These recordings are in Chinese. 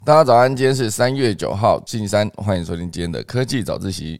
大家早安，今天是3月9号，星期三，欢迎收听今天的科技早自习。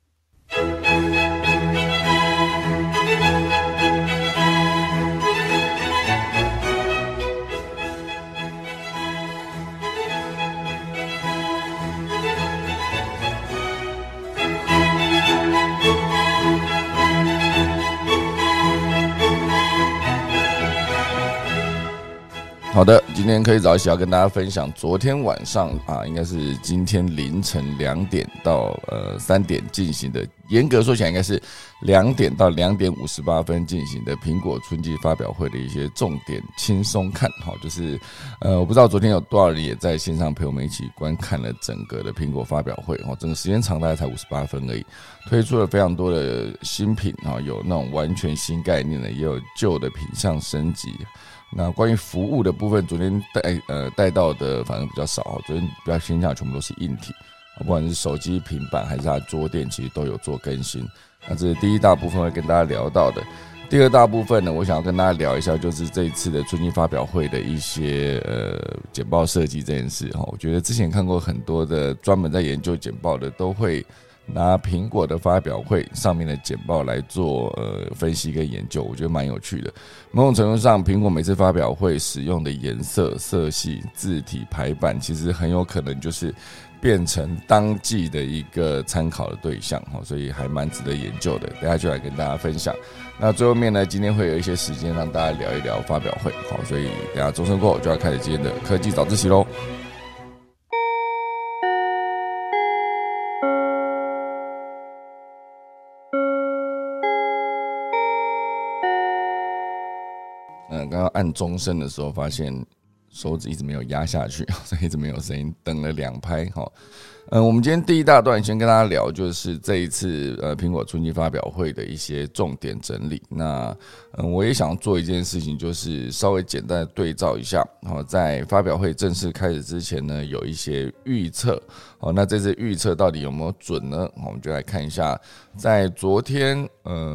好的，今天科技早起要跟大家分享，昨天晚上应该是今天凌晨2点到3点进行的，严格说起来应该是2点到2点58分进行的苹果春季发表会的一些重点轻松看。好，就是我不知道昨天有多少人也在线上陪我们一起观看了整个的苹果发表会，整个时间长大概才58分而已，推出了非常多的新品，有那种完全新概念的，也有旧的品项升级。那关于服务的部分，昨天带到的反正比较少，昨天比较偏向全部都是硬体，不管是手机、平板还是它的桌垫，其实都有做更新。那这是第一大部分会跟大家聊到的。第二大部分呢，我想要跟大家聊一下，就是这一次的春季发表会的一些简报设计这件事。我觉得之前看过很多的专门在研究简报的，都会拿苹果的发表会上面的简报来做分析跟研究，我觉得蛮有趣的。某种程度上，苹果每次发表会使用的颜色、色系、字体、排版，其实很有可能就是变成当季的一个参考的对象，所以还蛮值得研究的。等一下就来跟大家分享。那最后面呢，今天会有一些时间让大家聊一聊发表会，所以等一下钟声过后就要开始今天的科技早自习咯。刚刚按钟声的时候，发现手指一直没有压下去，所以一直没有声音，等了2拍。我们今天第一大段先跟大家聊，就是这一次苹果春季发表会的一些重点整理。那我也想做一件事情，就是稍微简单的对照一下，在发表会正式开始之前呢，有一些预测。那这次预测到底有没有准呢？我们就来看一下，在昨天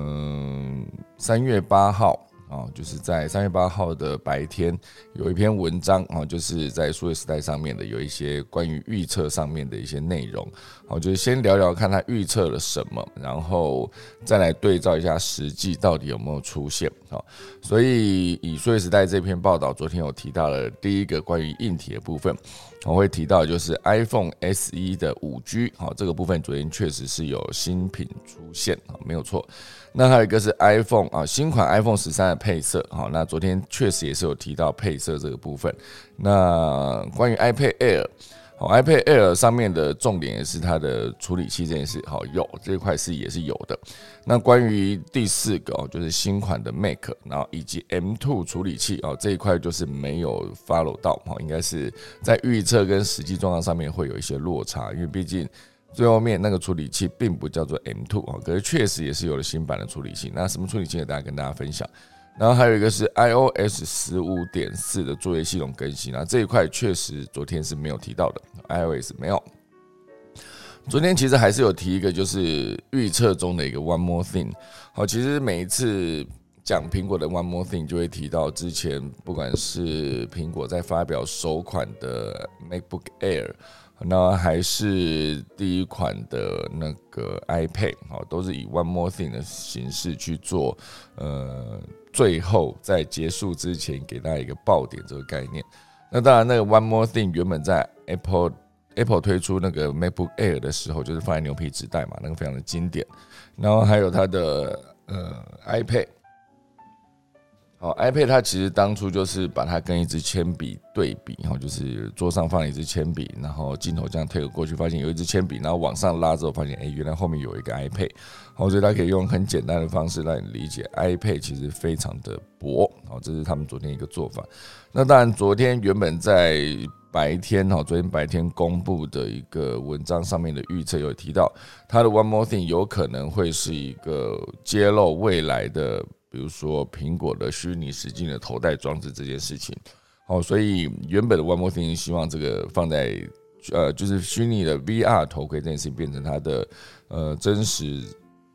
3月8号。就是在3月8号的白天有一篇文章，就是在数位时代上面的有一些关于预测上面的一些内容，就是先聊聊看他预测了什么，然后再来对照一下实际到底有没有出现。所以以数位时代这篇报道，昨天有提到了第一个关于硬体的部分，我会提到就是 iPhone SE 的 5G， 这个部分昨天确实是有新品出现，没有错。那还有一个是 iPhone 新款 iPhone 13的配色，那昨天确实也是有提到配色这个部分。那关于 iPad Air，iPad Air 上面的重点也是它的处理器这件事，有这一块也是有的。那关于第4个就是新款的 Mac， 然后以及 M2 处理器这一块就是没有 follow 到，应该是在预测跟实际状况上面会有一些落差，因为毕竟最后面那个处理器并不叫做 M2， 可是确实也是有了新版的处理器。那什么处理器呢？大家跟大家分享。然后还有一个是 iOS 15.4 的作业系统更新，那这一块确实昨天是没有提到的 ，iOS 没有。昨天其实还是有提一个，就是预测中的一个 One More Thing。其实每一次讲苹果的 One More Thing 就会提到之前不管是苹果在发表首款的 MacBook Air，那还是第一款的那个 iPad， 都是以 One More Thing 的形式去做，最后在结束之前给大家一个爆点这个概念。那当然，那个 One More Thing 原本在 Apple 推出那个 MacBook Air 的时候，就是放在牛皮纸袋嘛，那个非常的经典。然后还有它的iPad。iPad 它其实当初就是把它跟一支铅笔对比，就是桌上放了一支铅笔，然后镜头这样推过去，发现有一支铅笔，然后往上拉之后发现，原来后面有一个 iPad， 所以它可以用很简单的方式让你理解 iPad 其实非常的薄，这是他们昨天一个做法。那当然，昨天原本在昨天白天公布的一个文章上面的预测有提到，它的 One More Thing 有可能会是一个揭露未来的，比如说苹果的虚拟实境的头戴装置这件事情。所以原本的 One More Thing 希望这个放在就是虚拟的 VR 头盔这件事情变成它的真实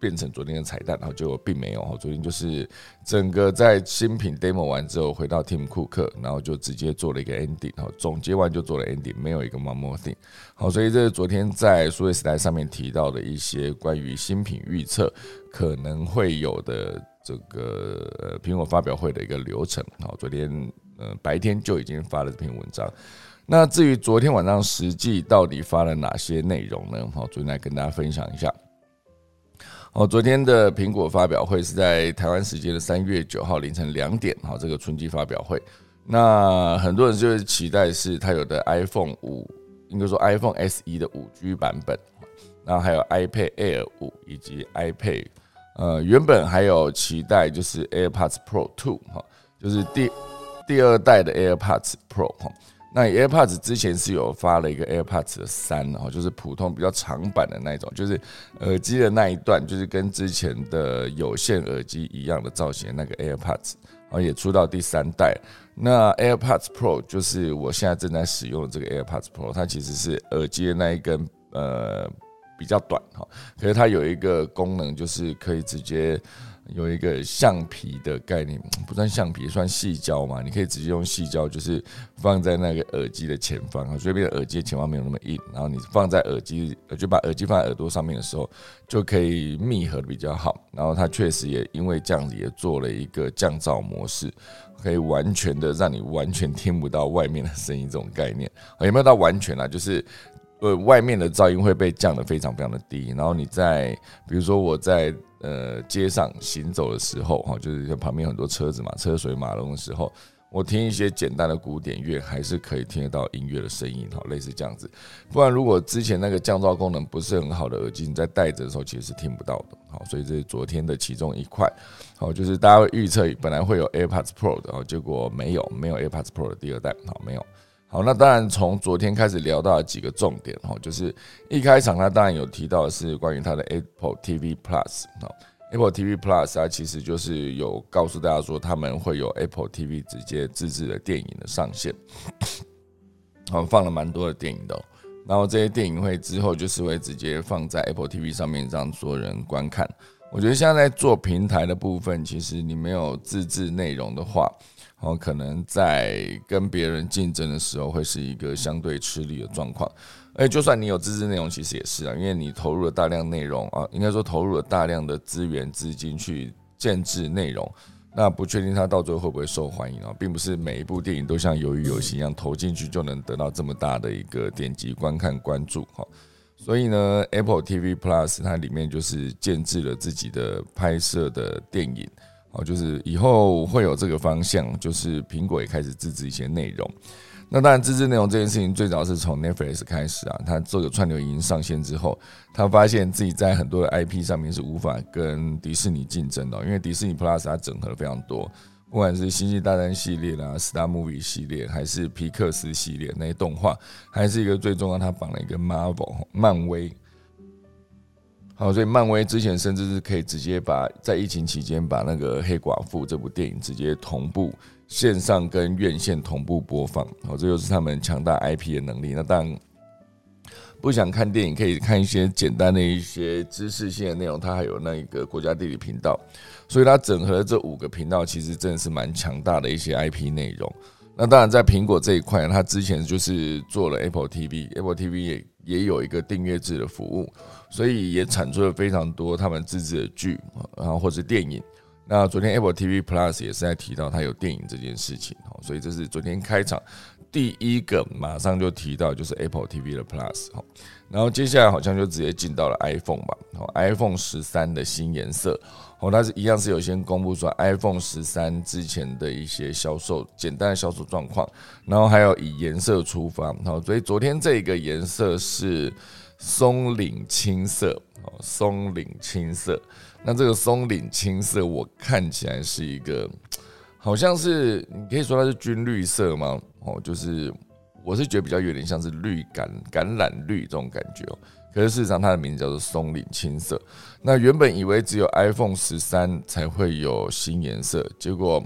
变成昨天的彩蛋，然后结果并没有。昨天就是整个在新品 demo 完之后，回到 Tim Cook， 然后就直接做了一个 ending， 总结完就做了 ending， 没有一个 one more thing。好，所以这是昨天在数位时代上面提到的一些关于新品预测可能会有的这个苹果发表会的一个流程。好，昨天白天就已经发了这篇文章。那至于昨天晚上实际到底发了哪些内容呢？好，昨天来跟大家分享一下。好，昨天的苹果发表会是在台湾时间的3月9号凌晨2点，好，这个春季发表会。那很多人就是期待是它有的 iPhone 5，应该说 iPhone SE 的5G 版本，然后还有 iPad Air 5以及 iPad，原本还有期待就是 AirPods Pro 2，就是第二代的 AirPods Pro。那 AirPods 之前是有发了一个 AirPods 的3，就是普通比较长版的那一种，就是耳机的那一段，就是跟之前的有线耳机一样的造型的那个 AirPods， 也出到第3代。那 AirPods Pro 就是我现在正在使用的这个 AirPods Pro， 它其实是耳机的那一根比较短，可是它有一个功能，就是可以直接有一个橡皮的概念，不算橡皮，算矽胶嘛。你可以直接用矽胶，就是放在那个耳机的前方，所以变成耳机的前方没有那么硬。然后你放在耳机，就把耳机放在耳朵上面的时候，就可以密合的比较好。然后它确实也因为这样子也做了一个降噪模式，可以完全的让你完全听不到外面的声音这种概念。有没有到完全啊？就是外面的噪音会被降得非常非常的低。然后你在比如说我在街上行走的时候，就是旁边有很多车子嘛，车水马龙的时候，我听一些简单的古典乐，还是可以听得到音乐的声音，类似这样子。不然如果之前那个降噪功能不是很好的耳机，你在戴着的时候其实是听不到的。好，所以这是昨天的其中一块。好，就是大家会预测本来会有 AirPods Pro 的，结果没有 AirPods Pro 的第2代，好，没有。好，那当然从昨天开始聊到了几个重点，就是一开场他当然有提到的是关于他的 Apple TV Plus。Apple TV Plus 它其实就是有告诉大家说他们会有 Apple TV 直接自制的电影的上线，放了蛮多的电影的。然后这些电影会之后就是会直接放在 Apple TV 上面让所有人观看。我觉得现在在做平台的部分，其实你没有自制内容的话，可能在跟别人竞争的时候会是一个相对吃力的状况。而且就算你有自制内容，其实也是因为你投入了大量内容应该说投入了大量的资源资金去建制内容，那不确定它到最后会不会受欢迎并不是每一部电影都像鱿鱼游戏一样投进去就能得到这么大的一个点击、观看、关注。所以呢 ，Apple TV Plus 它里面就是建制了自己的拍摄的电影。就是以后会有这个方向，就是苹果也开始自制一些内容。那当然，自制内容这件事情最早是从 Netflix 开始它这个串流影音上线之后，他发现自己在很多的 IP 上面是无法跟迪士尼竞争的，因为迪士尼 Plus 它整合了非常多，不管是星际大战系列啦、Star Movie 系列，还是皮克斯系列那些动画，还是一个最重要，它绑了一个 Marvel 漫威。好，所以漫威之前甚至是可以直接在疫情期间把那个黑寡妇这部电影直接同步线上跟院线同步播放。好，这就是他们强大 IP 的能力。那当然不想看电影，可以看一些简单的一些知识性的内容，它还有那个国家地理频道，所以它整合了这5个频道，其实真的是蛮强大的一些 IP 内容。那当然在苹果这一块，它之前就是做了 Apple TV，Apple TV 也有一个订阅制的服务，所以也产出了非常多他们自制的剧，然后或是电影。那昨天 Apple TV Plus 也是在提到它有电影这件事情，所以这是昨天开场第一个马上就提到就是 Apple TV 的 Plus。然后接下来好像就直接进到了 iPhone 吧，iPhone 13的新颜色，它是一样是有先公布出来 iPhone 13之前的一些销售简单的销售状况，然后还有以颜色出发，所以昨天这个颜色是松岭青色，松岭青色。那这个松岭青色我看起来是一个好像是你可以说它是军绿色吗？就是我是觉得比较有点像是绿橄榄绿这种感觉可是事实上它的名字叫做松岭青色。那原本以为只有 iPhone 13才会有新颜色，结果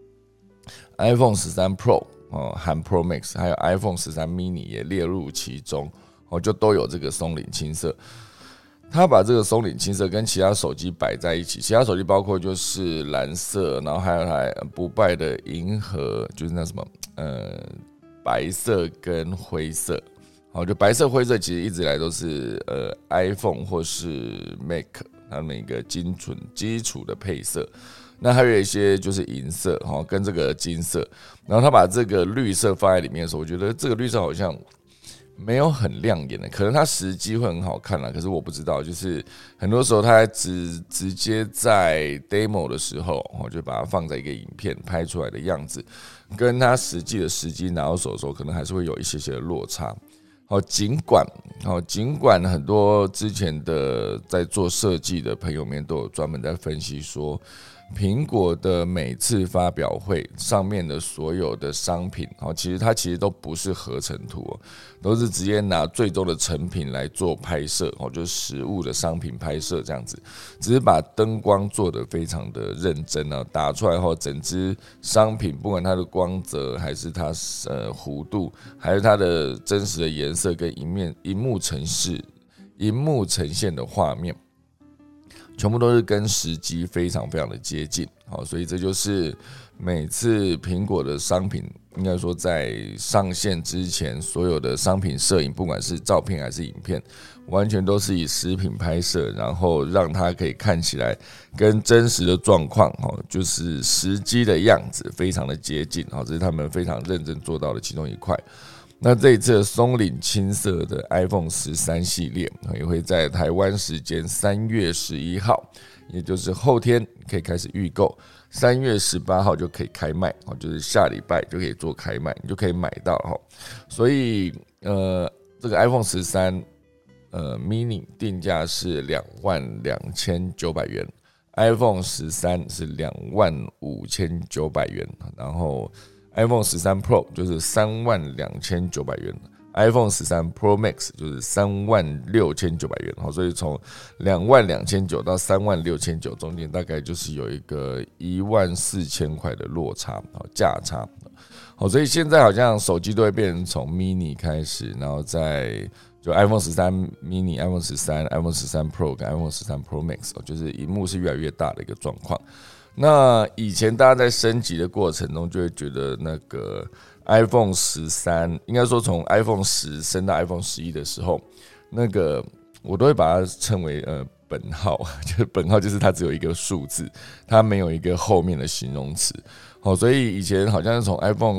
iPhone 13 Pro 含 Pro Max 还有 iPhone 13 mini 也列入其中就都有这个松岭青色。 他把这个松岭青色跟其他手机摆在一起，其他手机包括就是蓝色，然后还有台不败的银河，就是那什么白色跟灰色。好，就白色灰色其实一直以来都是iPhone 或是 Mac 他们一个基础的配色。那还有一些就是银色跟这个金色，然后他把这个绿色放在里面的时候，我觉得这个绿色好像没有很亮眼的，可能它实际会很好看啦，可是我不知道，就是很多时候它直接在 demo 的时候，就把它放在一个影片拍出来的样子，跟它实际拿到手的时候，可能还是会有一些的落差。尽管很多之前的在做设计的朋友们都有专门在分析说，苹果的每次发表会上面的所有的商品，其实都不是合成图，都是直接拿最终的成品来做拍摄，就是实物的商品拍摄这样子，只是把灯光做得非常的认真，打出来后整支商品不管它的光泽还是它弧度，还是它的真实的颜色跟萤幕呈现的画面，全部都是跟实机非常非常的接近，所以这就是每次苹果的商品，应该说在上线之前，所有的商品摄影，不管是照片还是影片，完全都是以实品拍摄，然后让它可以看起来跟真实的状况，就是实机的样子非常的接近，这是他们非常认真做到的其中一块。那这一次的松岭青色的 iPhone 13系列也会在台湾时间3月11号，也就是后天可以开始预购，3月18号就可以开卖，就是下礼拜就可以做开卖，你就可以买到。所以这个 iPhone 13mini 定价是22,900元，iPhone 13是25,900元，然后iPhone 13 Pro 就是32,900元，iPhone 13 Pro Max 就是36,900元，所以从22,900到36,900中间大概就是有一个14,000块的落差，价差。所以现在好像手机都会变成从 mini 开始，然后再就 iPhone 13 mini、iPhone 13、iPhone 13 Pro 跟 iPhone 13 Pro Max， 就是萤幕是越来越大的一个状况。那以前大家在升级的过程中，就会觉得那个 iPhone 13，应该说从 iPhone 10升到 iPhone 11的时候，那个我都会把它称为本号，就是本号就是它只有一个数字，它没有一个后面的形容词。所以以前好像是从 iPhone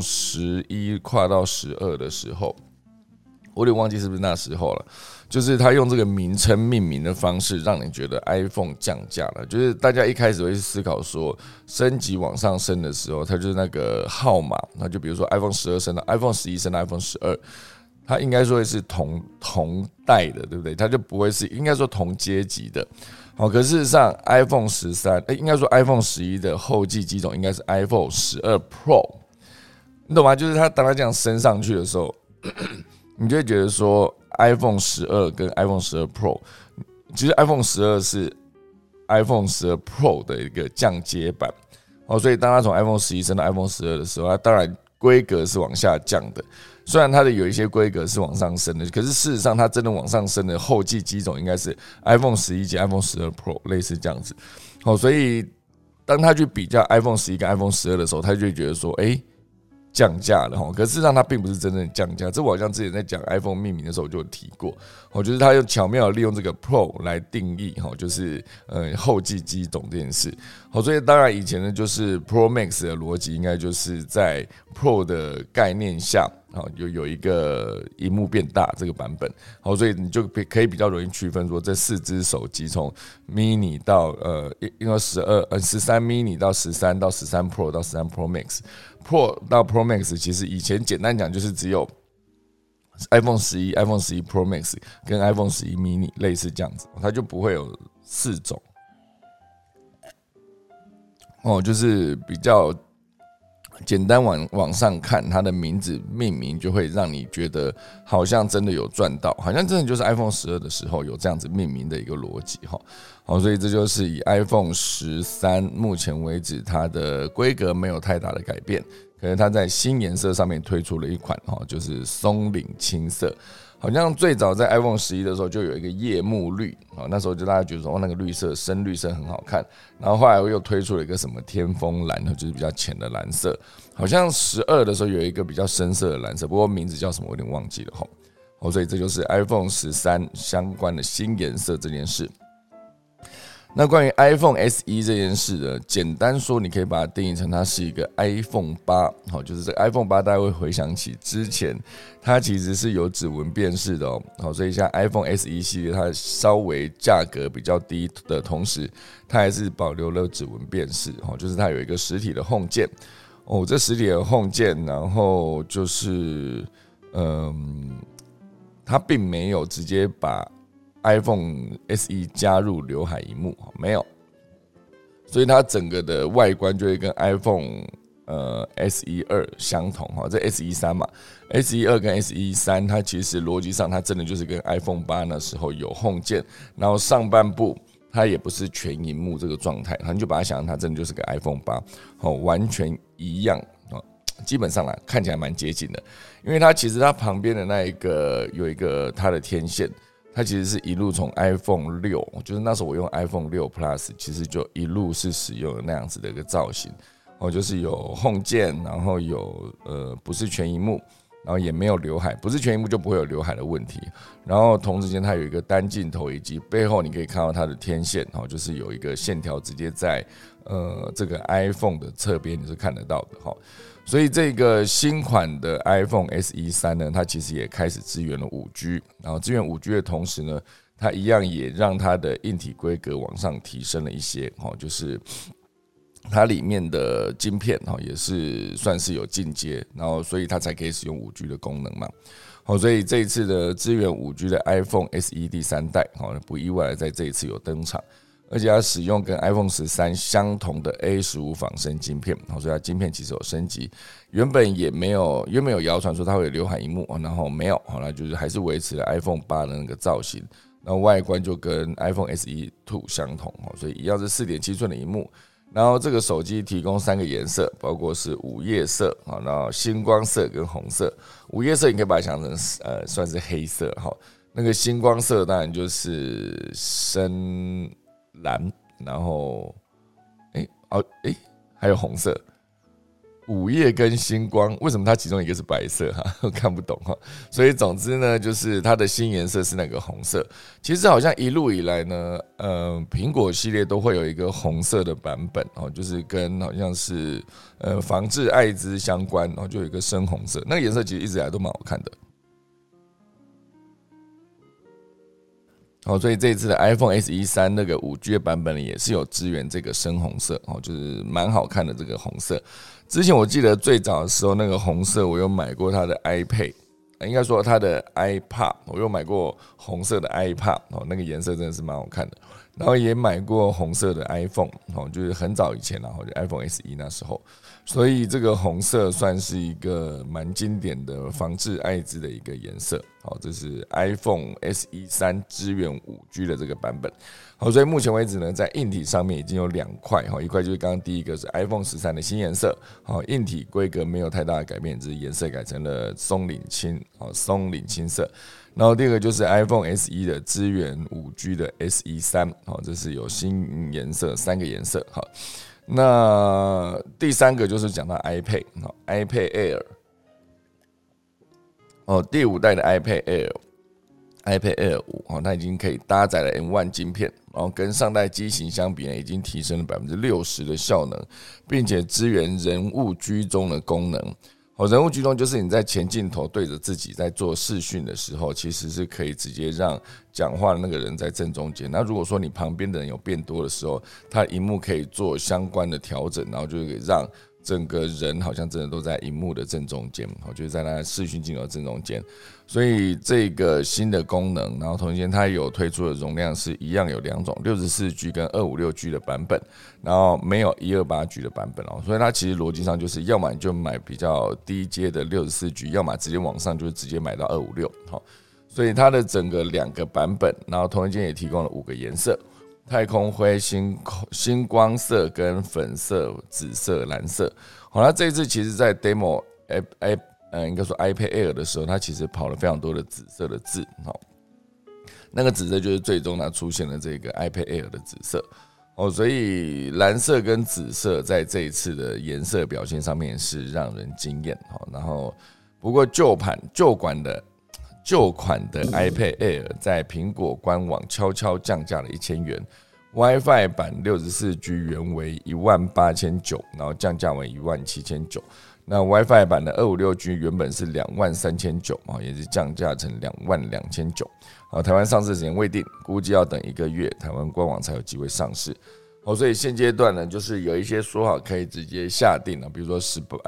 11跨到12的时候，我有点忘记是不是那时候了。就是他用这个名称命名的方式，让你觉得 iPhone 降价了。就是大家一开始会思考说，升级往上升的时候，它就是那个号码，那就比如说 iPhone 12升到 iPhone 11升到 iPhone 12，它应该说是同代的，对不对？它就不会是应该说同阶级的。可事实上 iPhone 13，应该说 iPhone 11的后继机种应该是 iPhone 12 Pro， 你懂吗？就是它当它这样升上去的时候，你就会觉得说iPhone 12跟 iPhone 12 Pro， 其实 iPhone 12是 iPhone 12 Pro 的一个降阶版，所以当它从 iPhone 11升到 iPhone 12的时候，它当然规格是往下降的。虽然它的有一些规格是往上升的，可是事实上它真的往上升的后继机种应该是 iPhone 11及 iPhone 12 Pro， 类似这样子。所以当他去比较 iPhone 11跟 iPhone 12的时候，他就会觉得说，降价了，可是事实上它并不是真正降价。这我好像之前在讲 iPhone 命名的时候就有提过，就是它用巧妙的利用这个 Pro 来定义，就是后继机种这件事。所以当然以前呢，就是 Pro Max 的逻辑应该就是在 Pro 的概念下，有一个萤幕变大这个版本，所以你就可以比较容易区分说这4只手机从 mini 到因为13 mini 到13到13 Pro 到13 Pro Max。Pro 到 Pro Max 其实以前简单讲就是只有 iPhone 11 Pro Max 跟 iPhone 11 mini 类似这样子，它就不会有4种，就是比较简单往上看，它的名字命名就会让你觉得好像真的有赚到，好像真的就是 iPhone 12的时候有这样子命名的一个逻辑。所以这就是以 iPhone 13目前为止它的规格没有太大的改变，可是它在新颜色上面推出了一款就是松岭青色。 好像最早在 iPhone 11的时候就有一个夜幕绿那时候就大家觉得说那个绿色深绿色很好看，然后后来又推出了一个什么天枫蓝，就是比较浅的蓝色，好像12的时候有一个比较深色的蓝色，不过名字叫什么我有点忘记了所以这就是 iPhone 13相关的新颜色这件事。那关于 iPhone SE 这件事呢，简单说，你可以把它定义成它是一个 iPhone 8，就是这个 iPhone 8，大家会回想起之前它其实是有指纹辨识的所以像 iPhone SE 系列，它稍微价格比较低的同时，它还是保留了指纹辨识，就是它有一个实体的 Home 键这实体的 Home 键，然后就是它并没有直接把iPhone SE 加入刘海萤幕没有，所以它整个的外观就会跟 iPhone SE 2相同这 SE 3嘛 ，SE 2跟 SE 3它其实逻辑上它真的就是跟 iPhone 8那时候有 Home 键，然后上半部它也不是全萤幕这个状态，你就把它想象它真的就是个 iPhone 8完全一样基本上看起来蛮接近的，因为它其实它旁边的那一个有一个它的天线。它其实是一路从 iPhone 6，就是那时候我用 iPhone 6 Plus， 其实就一路是使用那样子的一个造型就是有 Home 键，然后有不是全萤幕，然后也没有刘海，不是全萤幕就不会有刘海的问题。然后同时间它有一个单镜头，以及背后你可以看到它的天线就是有一个线条直接在这个 iPhone 的侧边你是看得到的所以这个新款的 iPhone SE 3呢，它其实也开始支援了 5G， 然后支援 5G 的同时呢，它一样也让它的硬体规格往上提升了一些就是它里面的晶片也是算是有进阶，然后所以它才可以使用 5G 的功能嘛。所以这一次的支援 5G 的 iPhone SE 第3代不意外的在这一次有登场。而且它使用跟 iPhone 13相同的 A15 仿生晶片，所以它晶片其实有升级。原本有谣传说它会有刘海萤幕，然后没有，那就是还是维持了 iPhone 8的那个造型，然后外观就跟 iPhone SE 2相同，所以一样是 4.7 寸的萤幕。然后这个手机提供3个颜色，包括是午夜色，然后星光色跟红色。午夜色你可以把它想成算是黑色，那个星光色当然就是深蓝，然后还有红色。午夜跟星光，为什么它其中一个是白色我看不懂所以总之呢，就是它的新颜色是那个红色。其实好像一路以来呢，苹果系列都会有一个红色的版本就是跟好像是防治艾滋相关，然后就有一个深红色，那个颜色其实一直以来都蛮好看的。所以这一次的 iPhone SE 3那个 5G 的版本也是有支援这个深红色就是蛮好看的这个红色。之前我记得最早的时候那个红色我有买过它的 iPad， 应该说它的 iPad， 我有买过红色的 iPad， 那个颜色真的是蛮好看的。然后也买过红色的 iPhone， 就是很早以前就 iPhone SE 那时候，所以这个红色算是一个蛮经典的防治艾滋的一个颜色。这是 iPhone SE 3支援 5G 的这个版本。所以目前为止呢，在硬体上面已经有2块，一块就是刚刚第一个是 iPhone 13的新颜色，硬体规格没有太大的改变，只是颜色改成了松岭青色。然后第二个就是 iPhone SE 的支援 5G 的 SE 3，这是有新颜色3个颜色。那第3个就是讲到 iPad Air， 第5代的 iPad Air 5，它已经可以搭载了 M1 晶片，然后跟上代机型相比呢，已经提升了 60% 的效能，并且支援人物居中的功能。人物居中就是你在前镜头对着自己在做视讯的时候，其实是可以直接让讲话的那个人在正中间。那如果说你旁边的人有变多的时候，它萤幕可以做相关的调整，然后就可以让整个人好像真的都在萤幕的正中间，就是在那视讯镜头的正中间。所以这个新的功能，然后同时间它有推出的容量是一样有2种 64G 跟 256G 的版本，然后没有 128G 的版本。所以它其实逻辑上就是要么你就买比较低阶的 64G， 要么直接往上就是直接买到256。所以它的整个2个版本，然后同时间也提供了5个颜色：太空灰、星光色跟粉色、紫色、蓝色。那这一次其实在 demo 应该说 iPad Air 的时候，它其实跑了非常多的紫色的字，那个紫色就是最终它出现了这个 iPad Air 的紫色。所以蓝色跟紫色在这一次的颜色表现上面是让人惊艳。然后不过旧款的 iPad Air 在苹果官网悄悄降价了1000元。WiFi 版64G 原为18900，然后降价为17900。那 WiFi 版的256G 原本是23900，也是降价成22900。台湾上市时间未定，估计要等1个月，台湾官网才有机会上市。所以现阶段呢，就是有一些说好可以直接下定了，比如说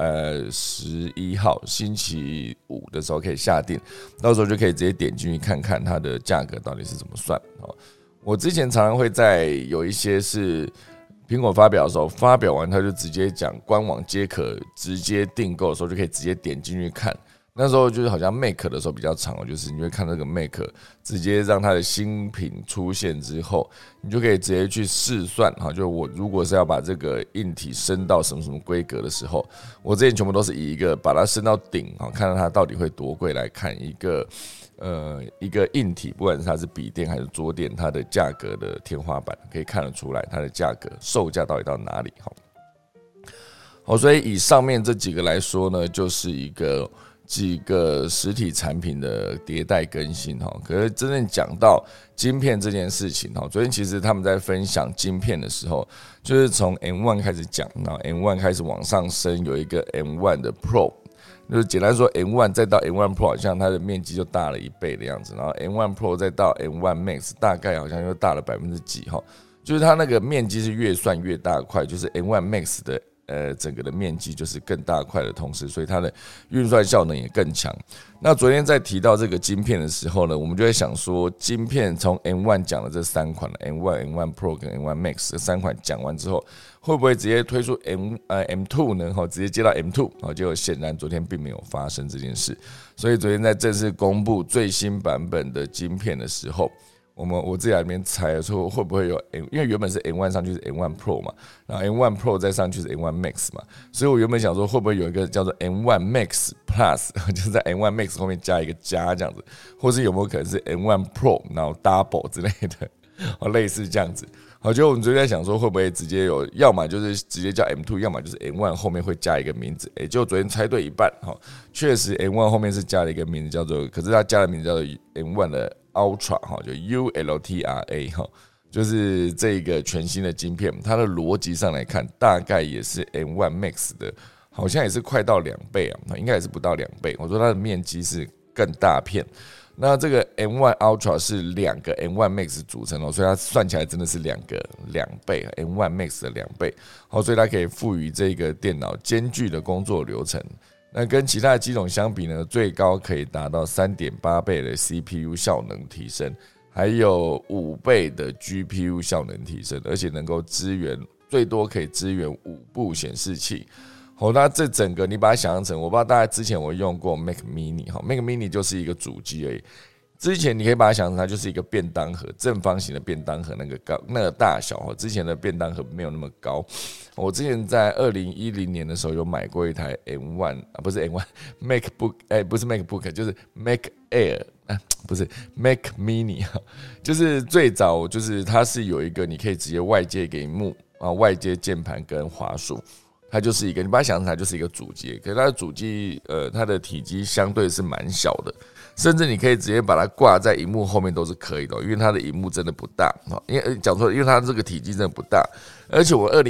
11号星期五的时候可以下定，到时候就可以直接点进去看看它的价格到底是怎么算。我之前常常会在有一些是苹果发表的时候，发表完他就直接讲官网皆可直接订购的时候，就可以直接点进去看。那时候就是好像 Mac 的时候比较长，就是你会看那个 Mac 直接让它的新品出现之后，你就可以直接去试算。就我如果是要把这个硬体升到什么什么规格的时候，我之前全部都是以一个把它升到顶，看到它到底会多贵来看一个硬体，不管是它是笔电还是桌垫，它的价格的天花板可以看得出来，它的价格售价到底到哪里。所以以上面这几个来说呢，就是几个实体产品的迭代更新。可是真正讲到晶片这件事情，昨天其实他们在分享晶片的时候，就是从 M1 开始讲，然后 M1 开始往上升，有一个 M1 的 Pro， 就是简单说 M1 再到 M1 Pro， 好像它的面积就大了1倍的样子，然后 M1 Pro 再到 M1 Max， 大概好像又大了几%，就是它那个面积是越算越大块，就是 M1 Max 的整个的面积就是更大块的同时，所以它的运算效能也更强。那昨天在提到这个晶片的时候呢，我们就在想说，晶片从 M1 讲了这3款 M1 Pro 跟 M1 Max 这3款讲完之后，会不会直接推出 M2 呢？直接接到 M2， 结果显然昨天并没有发生这件事。所以昨天在正式公布最新版本的晶片的时候，我自己在那边猜说会不会有因为原本是 M1 上去是 M1 Pro 嘛，然后 M1 Pro 再上去是 M1 Max 嘛，所以我原本想说会不会有一个叫做 M1 Max Plus， 就是在 M1 Max 后面加一个加这样子，或是有没有可能是 M1 Pro 然后 Double 之类的，类似这样子。就我们昨天在想说会不会直接有，要么就是直接叫 M2， 要么就是 M1 后面会加一个名字。结果昨天猜对一半，确实 M1 后面是加了一个名字叫做，可是它加的名字叫做 M1 的 Ultra， 就 ULTRA， 就是这个全新的晶片，它的逻辑上来看，大概也是 M1 Max 的，好像也是快到2倍啊，应该也是不到2倍。我说它的面积是更大片。那这个 M1 Ultra 是2个 M1 Max 组成所以它算起来真的是2倍 M1 Max 的2倍。所以它可以赋予这个电脑艰巨的工作流程。那跟其他的机种相比呢，最高可以达到 3.8 倍的 CPU 效能提升，还有5倍的 GPU 效能提升，而且能够最多可以支援5部显示器。那这整个你把它想象成，我不知道大家之前我用过 Mac Mini，Mac Mini 就是一个主机而已。之前你可以把它想成它就是一个便当盒，正方形的便当盒那个大小，之前的便当盒没有那么高。我之前在2010年的时候有买过一台 M1， 不是 M1 MacBook， 不是 MacBook， 就是 Mac Air， 不是 Mac Mini， 就是最早就是它是有一个你可以直接外接给萤幕，外接键盘跟滑鼠。它就是一个，你把它想成它就是一个主机，可是它的主机，它的体积相对是蛮小的，甚至你可以直接把它挂在萤幕后面都是可以的，因为它的萤幕真的不大，因为它这个体积真的不大，而且我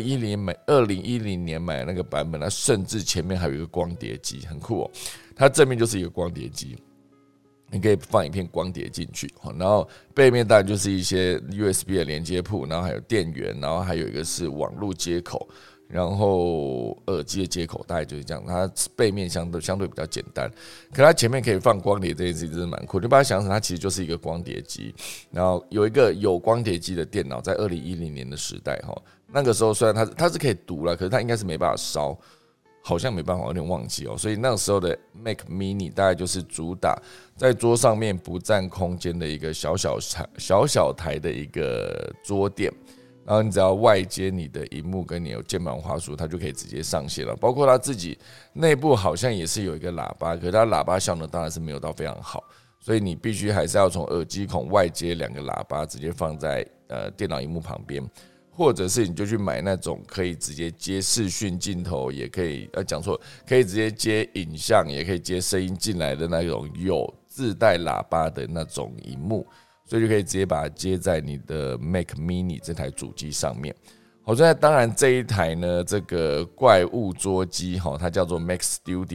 2010年买的那个版本，它甚至前面还有一个光碟机，很酷哦，它正面就是一个光碟机。你可以放一片光碟进去，然后背面当然就是一些 USB 的连接埠，然后还有电源，然后还有一个是网路接口，然后耳机的接口，大概就是这样。它背面相对比较简单，可它前面可以放光碟这件事情真的蛮酷。你把它想成它其实就是一个光碟机，然后有一个有光碟机的电脑，在2010年的时代，那个时候虽然它是可以读了，可是它应该是没办法烧。好像没办法，有点忘记所以那个时候的 Mac Mini 大概就是主打在桌上面不占空间的一个小台的一个桌垫， 然后你只要外接你的萤幕跟你有键盘滑鼠，它就可以直接上线了。包括它自己内部好像也是有一个喇叭，可是它喇叭效能当然是没有到非常好，所以你必须还是要从耳机孔外接2个喇叭，直接放在电脑萤幕旁边，或者是你就去买那种可以直接接视讯镜头，也可以讲错，可以直接接影像，也可以接声音进来的那种有自带喇叭的那种萤幕。所以就可以直接把它接在你的 Mac Mini 这台主机上面。好，现在当然这一台呢，这个怪物桌机它叫做 Mac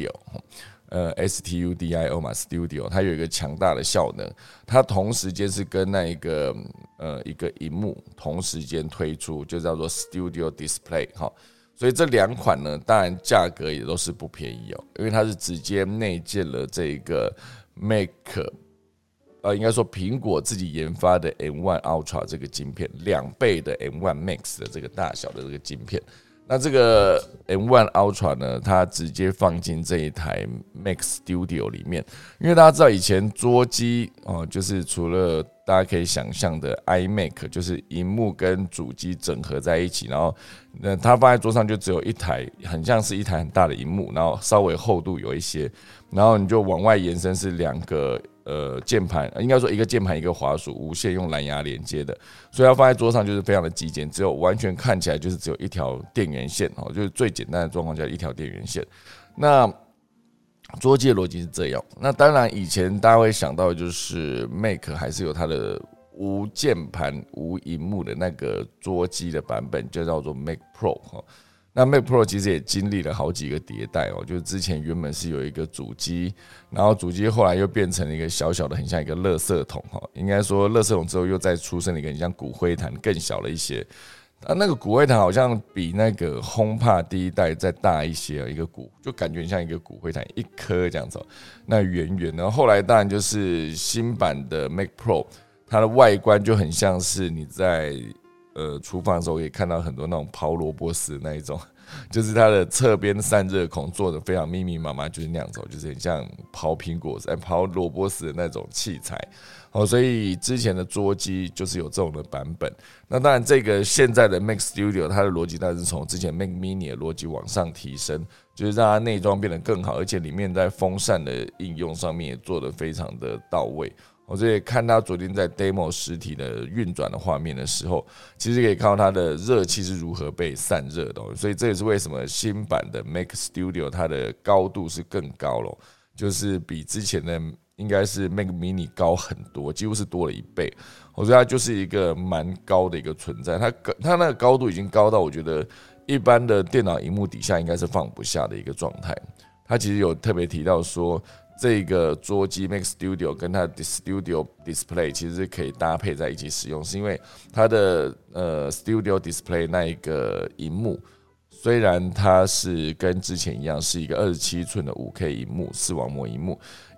Studio，STUDIO 嘛 Studio， 它有一个强大的效能，它同时间是跟那一个萤幕同时间推出，就叫做 Studio Display 所以这2款呢，当然价格也都是不便宜因为它是直接内建了这个 Mac。应该说苹果自己研发的 M1 Ultra 这个晶片，2倍的 M1 Max 的这个大小的这个晶片。那这个 M1 Ultra 呢，它直接放进这一台 Mac Studio 里面，因为大家知道以前桌机就是除了大家可以想象的 iMac， 就是萤幕跟主机整合在一起，然后它放在桌上就只有一台，很像是一台很大的萤幕，然后稍微厚度有一些，然后你就往外延伸是2个。键盘应该说一个键盘一个滑鼠，无线用蓝牙连接的，所以它放在桌上就是非常的极简，只有完全看起来就是只有一条电源线就是最简单的状况下一条电源线。那桌机的逻辑是这样，那当然以前大家会想到的就是 Mac 还是有它的无键盘无萤幕的那个桌机的版本，就叫做 Mac Pro。那 Mac Pro 其实也经历了好几个迭代就是之前原本是有一个主机，然后主机后来又变成了一个小小的很像一个垃圾桶应该说垃圾桶之后又再出生了一个很像骨灰坛更小了一些，那个骨灰坛好像比那个HomePod 第一代再大一些一个就感觉像一个骨灰坛一颗这样子那圆圆的。后来当然就是新版的 Mac Pro， 它的外观就很像是你在厨房的时候可以看到很多那种刨萝卜丝的那一种，就是它的侧边散热孔做的非常密密麻麻，就是那样子就是很像刨苹果丝、刨萝卜丝的那种器材所以之前的桌机就是有这种的版本。那当然，这个现在的 Mac Studio 它的逻辑当然是从之前 Mac Mini 的逻辑往上提升，就是让它内装变得更好，而且里面在风扇的应用上面也做得非常的到位。所以看他昨天在 demo 实体的运转的画面的时候，其实可以看到它的热气是如何被散热的所以这也是为什么新版的 Mac Studio 它的高度是更高了，就是比之前的应该是 Mac Mini 高很多，几乎是多了1倍。所以它就是一个蛮高的一个存在，它那个高度已经高到我觉得一般的电脑萤幕底下应该是放不下的一个状态。它其实有特别提到说，这个桌机 Mac Studio 跟它的 Studio Display 其实是可以搭配在一起使用，是因为它的Studio Display 那一个萤幕，虽然它是跟之前一样是一个27寸的 5K 萤幕，视网膜萤幕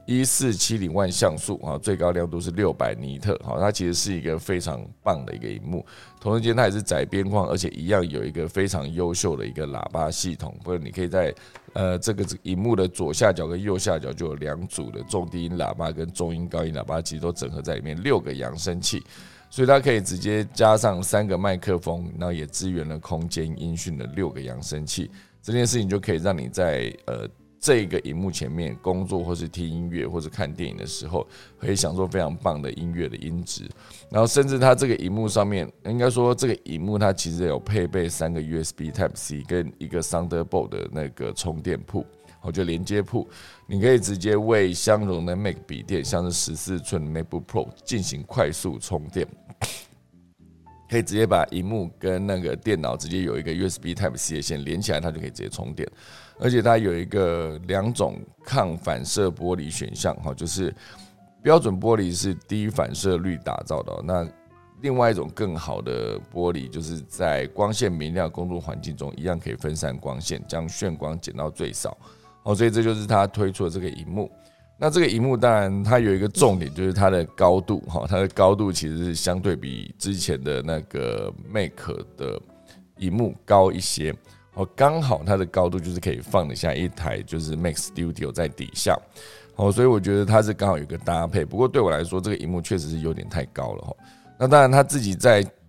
，1470万像素最高亮度是600尼特，它其实是一个非常棒的一个萤幕。同时间它也是窄边框，而且一样有一个非常优秀的一个喇叭系统，或者你可以在这个萤幕的左下角跟右下角就有2组的重低音喇叭跟中音高音喇叭，其实都整合在里面，6个扬声器，所以它可以直接加上3个麦克风，然后也支援了空间音讯的6个扬声器。这件事情就可以让你在这个萤幕前面工作，或是听音乐，或是看电影的时候，可以享受非常棒的音乐的音质。然后，甚至它这个萤幕上面，应该说这个萤幕它其实有配备3个 USB Type C 跟一个 Thunderbolt 的那个充电铺，就连接铺，你可以直接为相容的 Mac 笔电，像是14寸 MacBook Pro 进行快速充电。可以直接把萤幕跟那个电脑直接有一个 USB Type C 的线连起来，它就可以直接充电。而且它有一个2种抗反射玻璃选项，就是标准玻璃是低反射率打造的，那另外一种更好的玻璃就是在光线明亮工作环境中一样可以分散光线，将眩光减到最少。所以这就是它推出的这个萤幕。那这个萤幕当然它有一个重点，就是它的高度，它的高度其实是相对比之前的那个 Mac 的萤幕高一些，刚好它的高度就是可以放得下一台就是 Mac Studio 在底下，所以我觉得它是刚好有一个搭配。不过对我来说，这个萤幕确实是有点太高了。那当然它自己在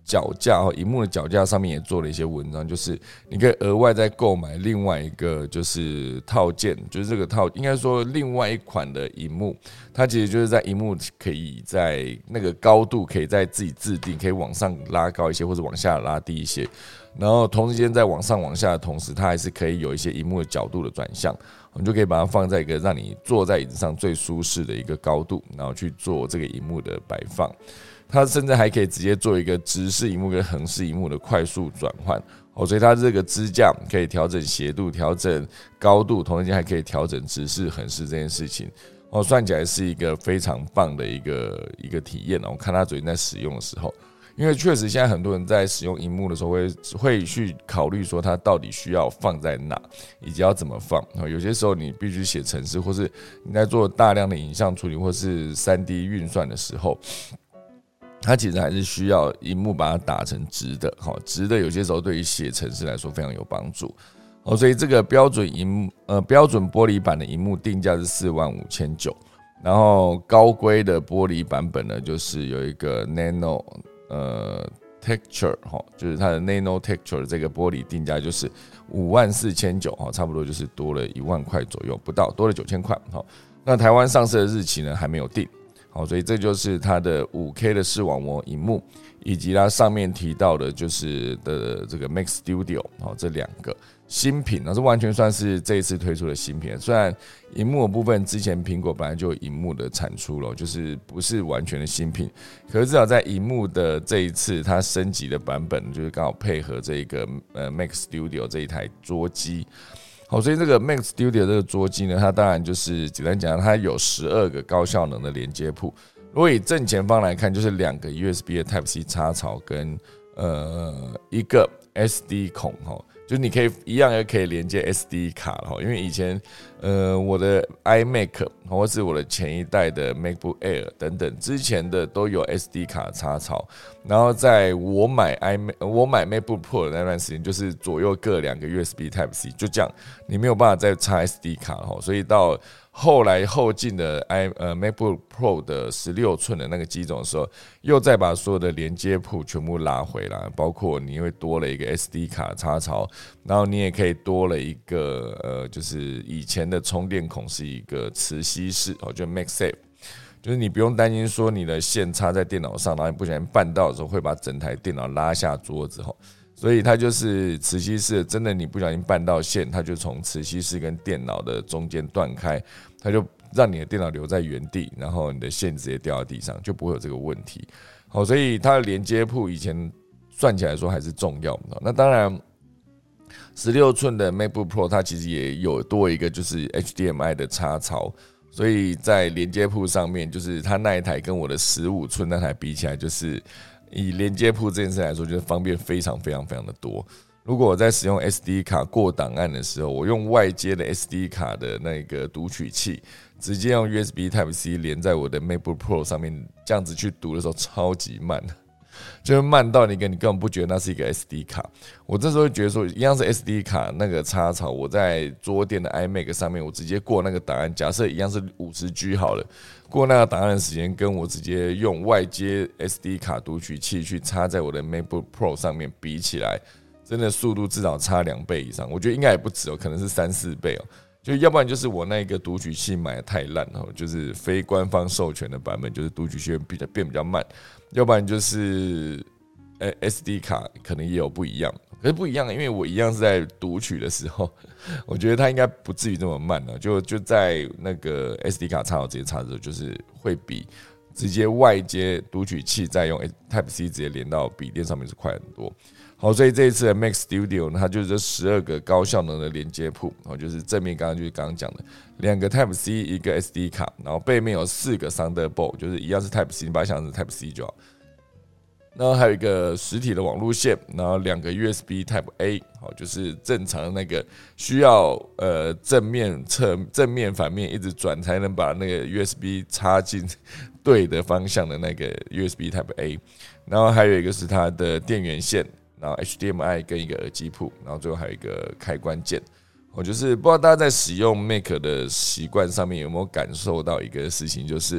脚架荧幕的脚架上面也做了一些文章，就是你可以额外再购买另外一个就是套件，就是这个应该说另外一款的荧幕，它其实就是在荧幕可以在那个高度可以在自己制定，可以往上拉高一些或者往下拉低一些，然后同时间在往上往下的同时，它还是可以有一些荧幕的角度的转向，你就可以把它放在一个让你坐在椅子上最舒适的一个高度，然后去做这个荧幕的摆放。它甚至还可以直接做一个直视荧幕跟横视荧幕的快速转换，所以它这个支架可以调整斜度、调整高度，同时间还可以调整直视、横视这件事情。算起来是一个非常棒的一个体验。我看他最近在使用的时候，因为确实现在很多人在使用荧幕的时候会去考虑说它到底需要放在哪，以及要怎么放。有些时候你必须写程式，或是你在做大量的影像处理或是 3D 运算的时候，它其实还是需要萤幕把它打成直的，直的有些时候对于写程式来说非常有帮助。所以这个标准玻璃版的萤幕定价是45900，然后高规的玻璃版本呢，就是有一个 Nano Texture， 就是它的 Nano Texture 这个玻璃定价就是54900，差不多就是多了1万块左右，不到，多了9000块。那台湾上市的日期呢还没有定。所以这就是它的 5K 的视网膜萤幕，以及它上面提到的就是的这个 Mac Studio 这两个新品，这完全算是这一次推出的新品。虽然萤幕的部分之前苹果本来就有萤幕的产出了，就是不是完全的新品，可是至少在萤幕的这一次它升级的版本，就是刚好配合这个Mac Studio 这一台桌机。所以这个 Mac Studio 这个桌机呢，它当然就是简单讲，它有12个高效能的连接埠。如果以正前方来看，就是2个 USB 的 Type C 插槽跟一个 SD 孔，就是你可以一样也可以连接 SD 卡了。因为以前我的 iMac 或是我的前一代的 MacBook Air 等等之前的都有 SD 卡插槽，然后在我买 MacBook Pro 的那段时间，就是左右各2个 USB Type C， 就这样，你没有办法再插 SD 卡了。所以到后来后进的MacBook Pro 的16寸的那个机种的时候，又再把所有的连接埠全部拉回来，包括你会多了一个 SD 卡插槽，然后你也可以多了一个就是以前的充电孔是一个磁吸式，就 MagSafe， 就是你不用担心说你的线插在电脑上，然后你不小心绊到的时候会把整台电脑拉下桌子，所以它就是磁吸式的，真的你不小心绊到线，它就从磁吸式跟电脑的中间断开，它就让你的电脑留在原地，然后你的线直接掉到地上，就不会有这个问题。所以它的连接埠以前算起来说还是重要的。那当然16寸的 MacBook Pro 它其实也有多一个就是 HDMI 的插槽，所以在连接埠上面，就是它那一台跟我的15寸那台比起来，就是以连接埠这件事来说，就是方便非常非常非常的多。如果我在使用 SD 卡过档案的时候，我用外接的 SD 卡的那个读取器，直接用 USB Type C 连在我的 MacBook Pro 上面，这样子去读的时候超级慢，就是慢到你根本不觉得那是一个 SD 卡。我这时候会觉得说，一样是 SD 卡那个插槽，我在桌垫的 iMac 上面，我直接过那个档案，假设一样是50G 好了，过那个档案的时间，跟我直接用外接 SD 卡读取器去插在我的 MacBook Pro 上面比起来，真的速度至少差2倍以上，我觉得应该也不止可能是3、4倍就要不然就是我那个读取器买的太烂就是非官方授权的版本，就是读取器变比较慢，要不然就是SD 卡可能也有不一样，可是不一样，因为我一样是在读取的时候，我觉得它应该不至于这么慢就在那个 SD 卡插好直接插的时候，就是会比直接外接读取器再用 Type C 直接连到笔电上面是快很多。好，所以这一次的 Mac Studio 呢，它就是这12个高效能的连接埠，就是正面刚刚讲的2个 Type C， 一个 SD 卡，然后背面有4个 Thunderbolt， 就是一样是 Type C， 你把它想成 Type C 就好。然后还有一个实体的网路线，然后2个 USB Type A， 就是正常的那个需要正面反面一直转才能把那个 USB 插进对的方向的那个 USB Type A， 然后还有一个是它的电源线，然后 HDMI 跟一个耳机埠，然后最后还有一个开关键。我就是不知道大家在使用 Mac 的习惯上面有没有感受到一个事情，就是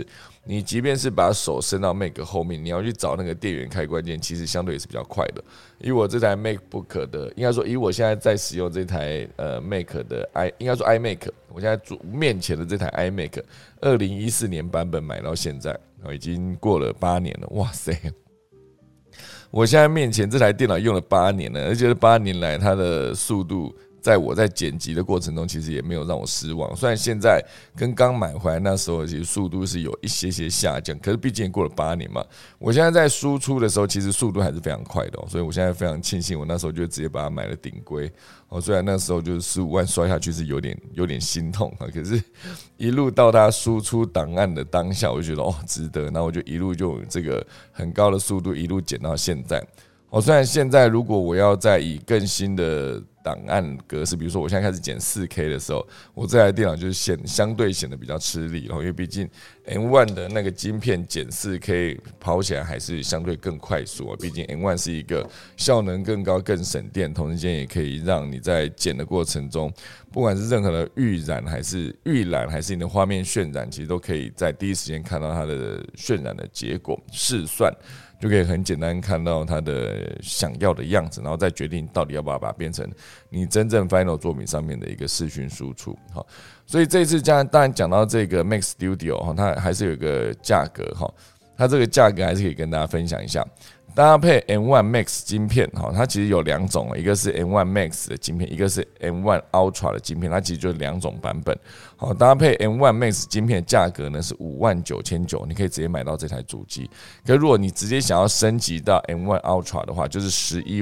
你即便是把手伸到 Mac 后面，你要去找那个电源开关键，其实相对也是比较快的。以我这台 MacBook 的，应该说以我现在在使用这台Mac 的应该说 iMac， 我现在面前的这台 iMac， 2014年版本买到现在，已经过了8年了，哇塞！我现在面前这台电脑用了8年了，而且8年来它的速度，在我在剪辑的过程中，其实也没有让我失望。虽然现在跟刚买回来那时候，其实速度是有一些下降，可是毕竟也过了8年嘛。我现在在输出的时候，其实速度还是非常快的，所以我现在非常庆幸，我那时候就直接把它买了顶规。虽然那时候就是15万刷下去是有点心痛啊，可是一路到它输出档案的当下，我就觉得值得。那我就一路就这个很高的速度一路剪到现在。虽然现在如果我要再以更新的档案格式，比如说我现在开始剪 4K 的时候，我这台电脑就是相对显得比较吃力，因为毕竟 M1 的那个晶片剪 4K 跑起来还是相对更快速，毕竟 M1 是一个效能更高、更省电，同时间也可以让你在剪的过程中，不管是任何的预览还是你的画面渲染，其实都可以在第一时间看到它的渲染的结果试算。就可以很简单看到它的想要的样子，然后再决定到底要不要把它变成你真正 final 作品上面的一个视讯输出。所以这一次当然讲到这个 Mac Studio， 它还是有一个价格，它这个价格还是可以跟大家分享一下。搭配 M1 Max 晶片，它其实有2种，一个是 M1 Max 的晶片，一个是 M1 Ultra 的晶片，它其实就是2种版本。搭配 M1 Max 晶片的价格呢是59900，你可以直接买到这台主机。可如果你直接想要升级到 M1 Ultra 的话，就是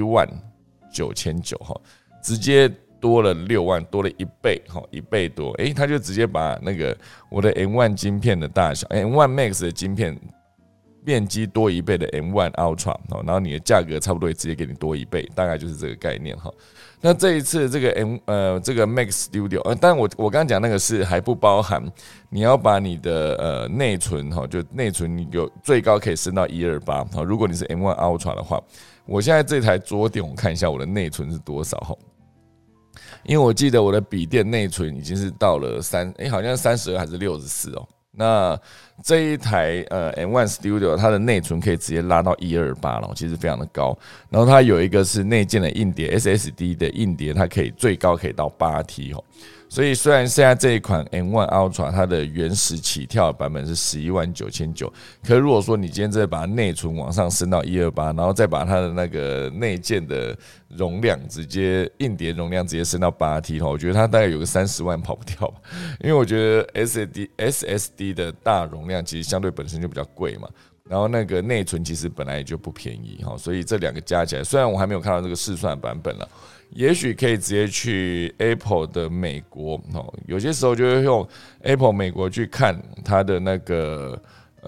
119900，直接多了6万，多了1倍，1倍多。他就直接把那个我的 M1 晶片的大小 ，M1 Max 的晶片面积多1倍的 M1 Ultra， 然后你的价格差不多也直接给你多1倍，大概就是这个概念哈。那这一次这个这个 Mac Studio，当然我刚刚讲那个是还不包含你要把你的内存就内存你有最高可以升到128，如果你是 M1 Ultra 的话，我现在这台桌垫我看一下我的内存是多少哈。因为我记得我的笔电内存已经是到了好像32还是64哦。那这一台M1 Studio 它的内存可以直接拉到128了，其实非常的高。然后它有一个是内建的硬碟 SSD 的硬碟，它可以最高可以到8T 哦。所以虽然现在这一款 M1 Ultra 它的原始起跳版本是119900，可是如果说你今天再把内存往上升到128，然后再把它的那个内建的容量硬碟容量直接升到8T， 我觉得它大概有个30万跑不掉吧。因为我觉得 SSD 的大容量其实相对本身就比较贵嘛，然后那个内存其实本来也就不便宜，所以这2个加起来，虽然我还没有看到这个试算版本了，也许可以直接去 Apple 的美国，有些时候就会用 Apple 美国去看它的那个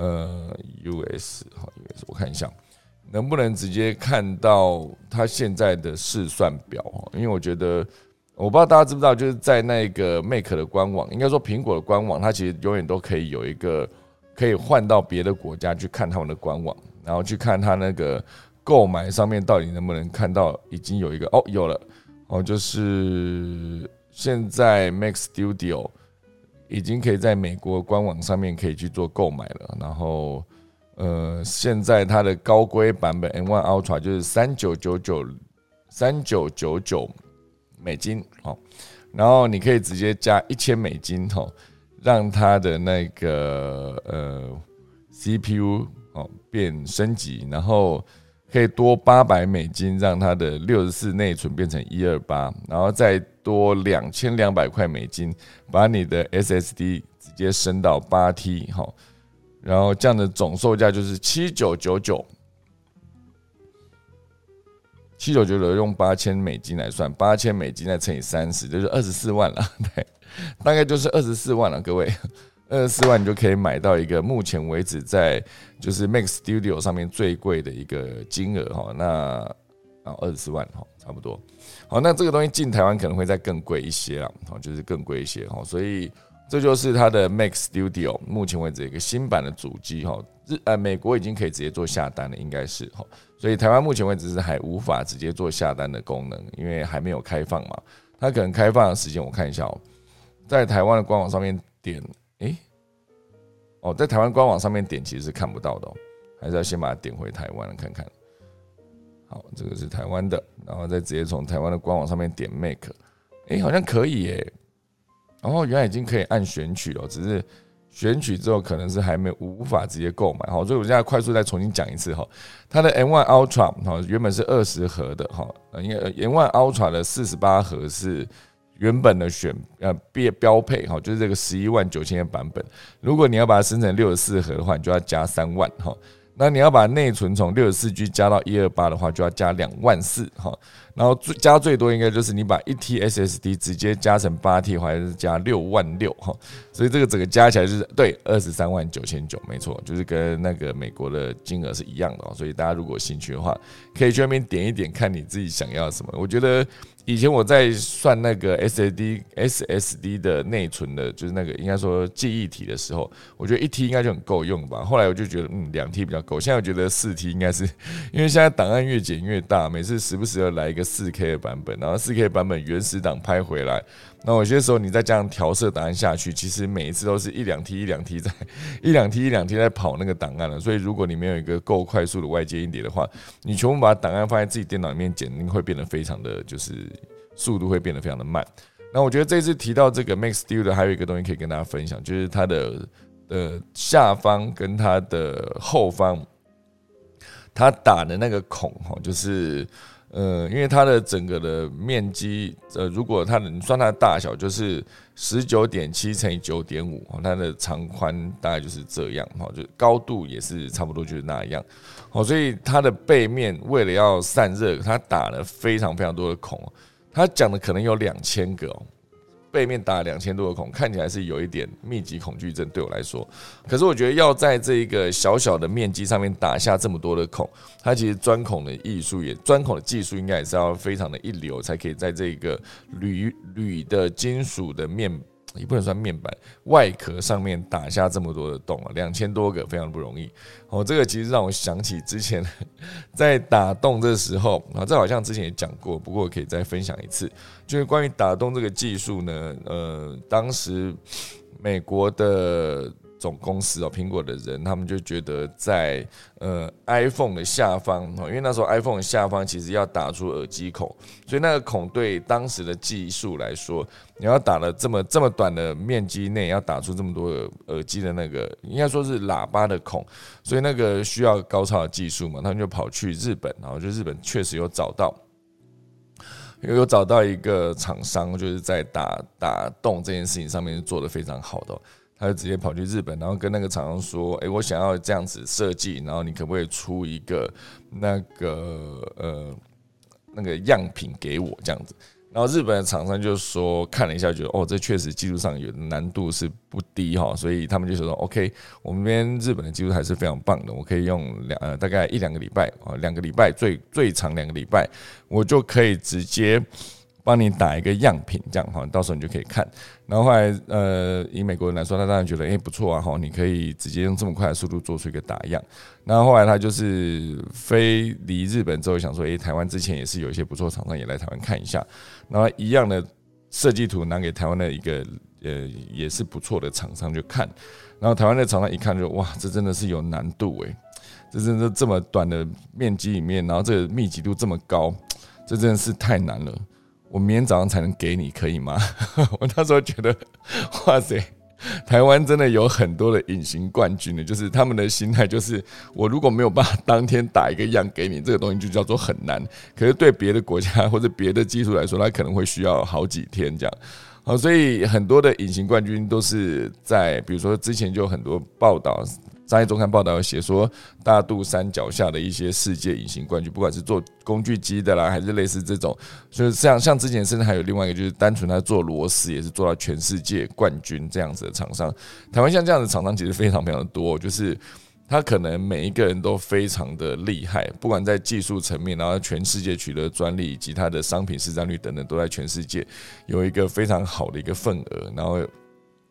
US， 我看一下能不能直接看到它现在的试算表，因为我觉得我不知道大家知不知道，就是在那个 Mac 的官网，应该说苹果的官网，它其实永远都可以有一个可以换到别的国家去看他们的官网，然后去看它那个购买上面到底能不能看到已经有一个有了就是现在 Mac Studio 已经可以在美国官网上面可以去做购买了，然后现在它的高规版本 M1 Ultra 就是3999美金，然后你可以直接加1000美金，让它的那个CPU 变升级，然后可以多800美金，让它的64内存变成128，然后再多2200块美金，把你的 SSD 直接升到8T， 然后这样的总售价就是7999。7999用8000美金来算，8000美金再乘以30，就是24万了，对，大概就是24万了，各位，24万你就可以买到一个目前为止在就是 Mac Studio 上面最贵的一个金额哈，那24万哈，差不多。好，那这个东西进台湾可能会再更贵一些啦，就是更贵一些哈，所以这就是它的 Mac Studio 目前为止一个新版的主机哈，美国已经可以直接做下单了，应该是哈。所以台湾目前为止是还无法直接做下单的功能，因为还没有开放嘛。它可能开放的时间我看一下在台湾的官网上面点， 在台湾官网上面点其实是看不到的还是要先把它点回台湾看看。好，这个是台湾的，然后再直接从台湾的官网上面点 Make， 好像可以耶。然后原来已经可以按选取了，只是选取之后可能是还无法直接购买。好，所以我现在快速再重新讲一次它的 M1 Ultra 原本是20盒的因为 M1 Ultra 的48盒是原本的标配就是这个119000的版本。如果你要把它生成64盒的话，你就要加3万那你要把内存从64G 加到128的话，就要加24000然后加最多应该就是你把1T SSD 直接加成8T 的话，还是加66000所以这个整个加起来就是对239900，没错，就是跟那个美国的金额是一样的所以大家如果有兴趣的话，可以去那边点一点，看你自己想要什么。我觉得以前我在算那个 SSD 的内存的，就是那个应该说记忆体的时候，我觉得1T 应该就很够用吧。后来我就觉得2T 比较够，现在我觉得4T 应该是，因为现在档案越剪越大，每次时不时的来一个4K 的版本，然后4K 版本原始档拍回来，那有些时候你再这样调色档案下去，其实每一次都是1-2T 在跑那个档案了。所以如果你没有一个够快速的外接硬碟的话，你全部把档案放在自己电脑里面剪，会变得非常的就是速度会变得非常的慢。那我觉得这次提到这个 Mac Studio 还有一个东西可以跟大家分享，就是它的下方跟它的后方，它打的那个孔就是因为它的整个的面积如果你算它的大小就是 19.7 乘以 9.5， 它的长宽大概就是这样就高度也是差不多就是那样所以它的背面为了要散热，它打了非常非常多的孔，它讲的可能有2000个背面打了2000多个孔，看起来是有一点密集恐惧症对我来说。可是我觉得要在这个小小的面积上面打下这么多的孔，它其实钻孔的技术应该也是要非常的一流，才可以在这个铝的金属的也不能算面板外壳上面打下这么多的洞2000多个，非常不容易这个其实让我想起之前在打洞的时候这好像之前也讲过，不过我可以再分享一次，就是关于打洞这个技术呢当时美国的总公司苹果的人，他们就觉得在iPhone 的下方因为那时候 iPhone 的下方其实要打出耳机孔，所以那个孔对当时的技术来说，你要打了这么短的面积内要打出这么多耳机的那个应该说是喇叭的孔，所以那个需要高超的技术嘛，他们就跑去日本，然后就日本确实有找到一个厂商，就是在打洞这件事情上面做得非常好的他就直接跑去日本，然后跟那个厂商说我想要这样子设计，然后你可不可以出一个那个样品给我这样子。然后日本的厂商就说看了一下，觉得这确实技术上有难度是不低所以他们就说 OK， 我们这边日本的技术还是非常棒的，我可以用大概1-2个礼拜2个礼拜最长2个礼拜，我就可以直接帮你打一个样品，这样到时候你就可以看。然后后来以美国人来说，他当然觉得不错你可以直接用这么快的速度做出一个打样。然后后来他就是飞离日本之后，想说台湾之前也是有一些不错厂商也来台湾看一下，然后一样的设计图拿给台湾的一个也是不错的厂商就看，然后台湾的厂商一看就哇，这真的是有难度这真的这么短的面积里面，然后这个密集度这么高，这真的是太难了。我明天早上才能给你，可以吗？我那时候觉得，哇塞，台湾真的有很多的隐形冠军的，就是他们的心态就是，我如果没有办法当天打一个样给你，这个东西就叫做很难。可是对别的国家或者别的技术来说，它可能会需要好几天这样。所以很多的隐形冠军都是在，比如说之前就有很多报道。商业周刊报道有写说，大肚山脚下的一些世界隐形冠军，不管是做工具机的啦，还是类似这种，就是像之前甚至还有另外一个，就是单纯他做螺丝也是做到全世界冠军这样子的厂商。台湾像这样的厂商其实非常非常的多，就是他可能每一个人都非常的厉害，不管在技术层面，然后全世界取得专利以及他的商品市占率等等，都在全世界有一个非常好的一个份额，然后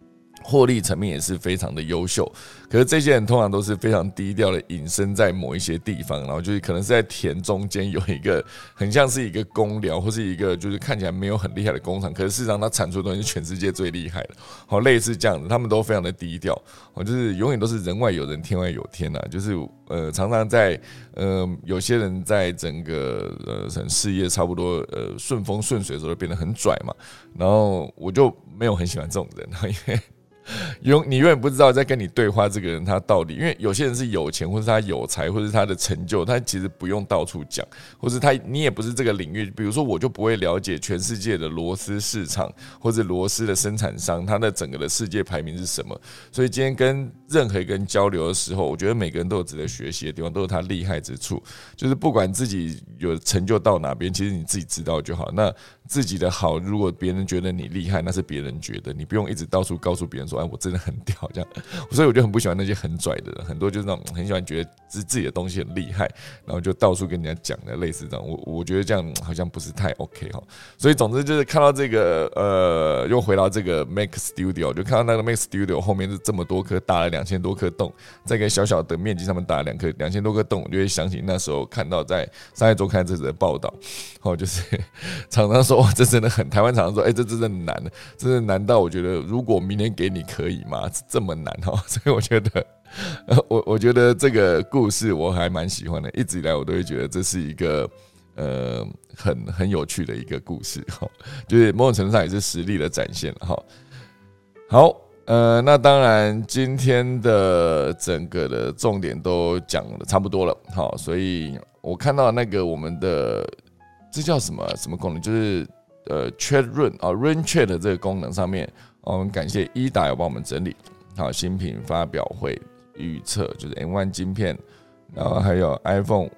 获利层面也是非常的优秀，可是这些人通常都是非常低调的隐身在某一些地方，然后就是可能是在田中间有一个很像是一个工寮，或是一个就是看起来没有很厉害的工厂，可是事实上它产出的东西是全世界最厉害的，好，类似这样子，他们都非常的低调，就是永远都是人外有人，天外有天啊，就是常常在有些人在整个事业差不多顺风顺水的时候，变得很拽嘛，然后我就没有很喜欢这种人，因为你永远不知道在跟你对话这个人他到底，因为有些人是有钱，或是他有才，或是他的成就，他其实不用到处讲，或是你也不是这个领域，比如说我就不会了解全世界的螺丝市场或者螺丝的生产商，他的整个的世界排名是什么，所以今天跟任何一个人交流的时候，我觉得每个人都有值得学习的地方，都有他厉害之处，就是不管自己有成就到哪边，其实你自己知道就好。那自己的好，如果别人觉得你厉害，那是别人觉得，你不用一直到处告诉别人说，哎，我真的很屌这样。所以我就很不喜欢那些很拽的人，很多就是那种很喜欢觉得自己的东西很厉害，然后就到处跟人家讲的，类似这样。我觉得这样好像不是太 OK 哈。所以总之就是看到这个又回到这个 Mac Studio， 就看到那个 Mac Studio 后面是这么多颗打了2000多颗洞，在一个小小的面积上面打了2000多颗洞，我就会想起那时候看到在商业周刊这则的报道，就是常常说这真的很，台湾常常说，这真的很难，真的难到我觉得如果明年给你可以吗？这么难哈，所以我觉得，我觉得这个故事我还蛮喜欢的，一直以来我都会觉得这是一个很有趣的一个故事哈，就是某种程度上也是实力的展现哈。好，那当然今天的整个的重点都讲的差不多了，好，所以我看到那个我们的这叫什么功能，就是Chat Run 啊 ，Run Chat 这个功能上面，我们感谢伊达有帮我们整理好新品发表会预测，就是 M1 晶片，然后还有 iPhone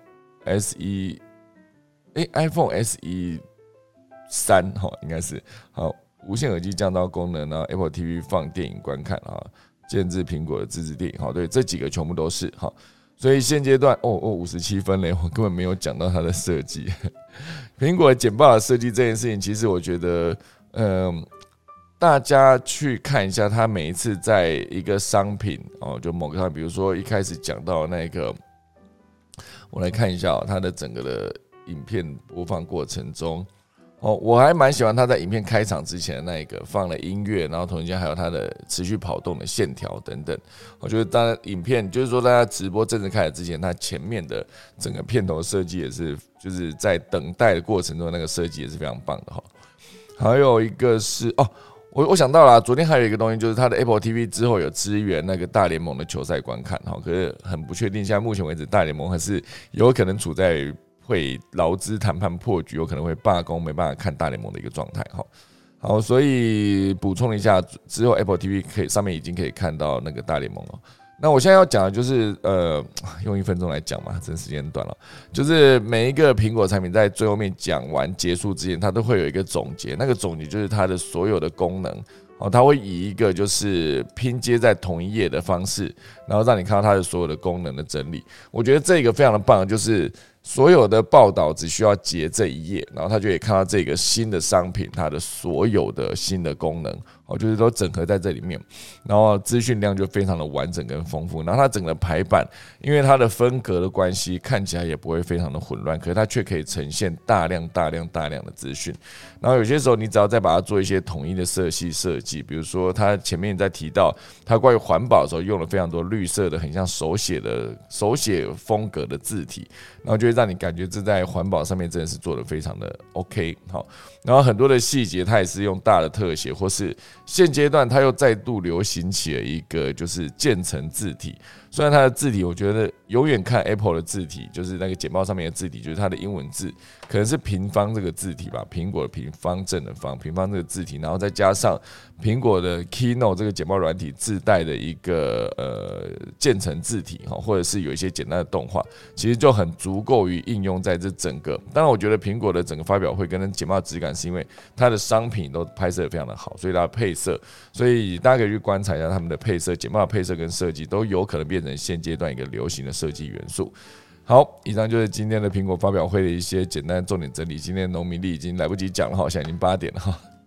SE，iPhone SE3 应该是好无线耳机降噪功能，然后 Apple TV 放电影观看啊，建置苹果的自制电影，好，对，这几个全部都是好。所以现阶段57分嘞，我根本没有讲到它的设计。苹果简报的设计这件事情，其实我觉得，大家去看一下，它每一次在一个商品就某个商品，比如说一开始讲到那个，我来看一下它的整个的影片播放过程中。我还蛮喜欢他在影片开场之前的那一个放了音乐，然后同时间还有他的持续跑动的线条等等。我觉得当然影片就是说大家直播正式开始之前，他前面的整个片头设计也是，就是在等待的过程中那个设计也是非常棒的哈。还有一个是我想到了，昨天还有一个东西，就是它的 Apple TV 之后有支援那个大联盟的球赛观看哈，可是很不确定，现在目前为止大联盟还是有可能处在会劳资谈判破局，有可能会罢工，没办法看大联盟的一个状态哈。好，所以补充一下，之后 Apple TV 上面已经可以看到那个大联盟了。那我现在要讲的就是用1分钟来讲嘛，真时间短了。就是每一个苹果产品在最后面讲完结束之前，它都会有一个总结，那个总结就是它的所有的功能。它会以一个就是拼接在同一页的方式，然后让你看到它的所有的功能的整理。我觉得这个非常的棒，就是所有的报道只需要截这一页，然后他就可以看到这个新的商品它的所有的新的功能，就是都整合在这里面，然后资讯量就非常的完整跟丰富。然后它整个排版，因为它的分隔的关系，看起来也不会非常的混乱，可是它却可以呈现大量的资讯。然后有些时候你只要再把它做一些统一的设计，比如说它前面在提到它关于环保的时候用了非常多绿色的很像手写风格的字体，然后就会让你感觉这在环保上面真的是做得非常的 OK 好。然后很多的细节它也是用大的特写，或是现阶段它又再度流行起了一个就是渐层字体。虽然它的字体，我觉得永远看 Apple 的字体，就是那个简报上面的字体，就是它的英文字可能是平方这个字体吧，苹果的平，方正的方，平方这个字体，然后再加上苹果的 Keynote 这个简报软体自带的一个渐层字体，或者是有一些简单的动画，其实就很足够于应用在这整个。当然，我觉得苹果的整个发表会跟简报质感是因为它的商品都拍摄得非常的好，所以它的配色，所以大家可以去观察一下他们的配色，简报的配色跟设计都有可能变成现阶段一个流行的设计元素。好，以上就是今天的苹果发表会的一些简单的重点整理。今天的农民历已经来不及讲了，现在已经8点了。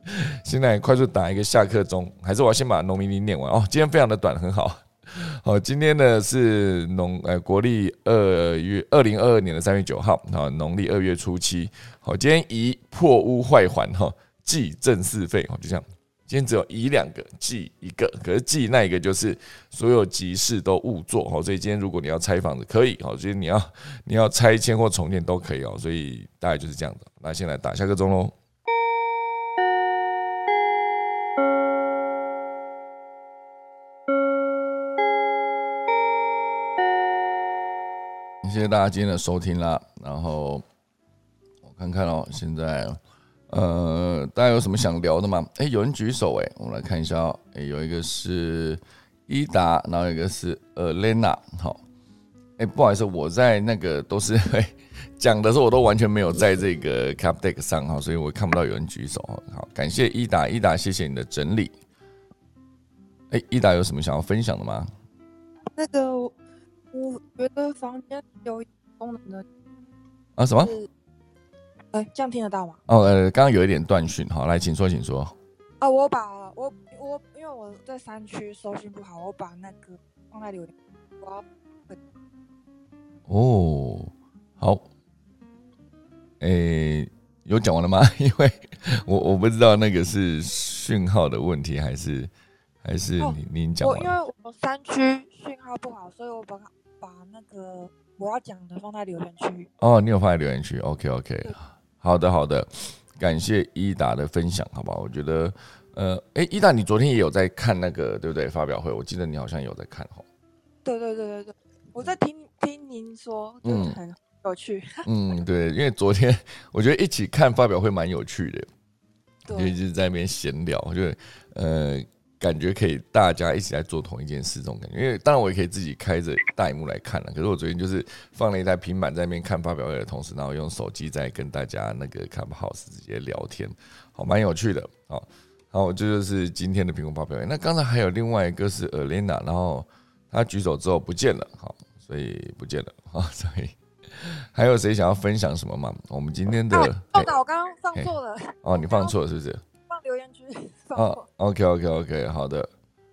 现在快速打一个下课钟，还是我要先把农民历念完哦？今天非常的短，很好。好，今天呢是国历2022年的3月9号，好，农历2月初7。好，今天宜破屋坏环哈，祭正四废，就这样。今天只有宜2个，忌1个，可是忌那一个就是所有急事都勿做，所以今天如果你要拆房子可以，所以你要拆迁或重建都可以，所以大概就是这样子。那先来打下课钟喽。谢谢大家今天的收听啦，然后我看看哦，现在大家有什么想聊的吗？有人举手我们来看一下哦。有一个是伊达，然后有一个是Lena。好，不好意思，我在那个都是讲的时候我都完全没有在这个 Cap Deck 上哈，所以我看不到有人举手。好，感谢伊达，谢谢你的整理。伊达有什么想要分享的吗？ 那个，我觉得房间有功能的啊什么？ 这样听得到吗？ 刚刚有一点断讯，好，来，请说。 因为我在山区收讯不好，我把那个放在留言。 好，有讲完了吗？因为我不知道那个是讯号的问题，还是您讲完了？ 因为我山区讯号不好，所以我把那个我要讲的放在留言区。 你有放在留言区 ？OK， 好的，感谢伊达的分享，好不好？我觉得，伊达，你昨天也有在看那个对不对？发表会，我记得你好像有在看哦。 对，我在听您说，就是很有趣。 对，因为昨天我觉得一起看发表会蛮有趣的， 对， 就是在那边闲聊，我觉得感觉可以大家一起来做同一件事，这种感觉。因为当然我也可以自己开着大萤幕来看了，可是我昨天就是放了一台平板在那边看发表会的同时，然后用手机在跟大家那个 Clubhouse 直接聊天，好，蛮有趣的。好，这就是今天的苹果发表会。那刚才还有另外一个是 Elena， 然后他举手之后不见了，好，所以不见了，所以还有谁想要分享什么吗？我们今天的我刚刚放错了。 你放错了是不是？ 放留言区。 OK， 好的，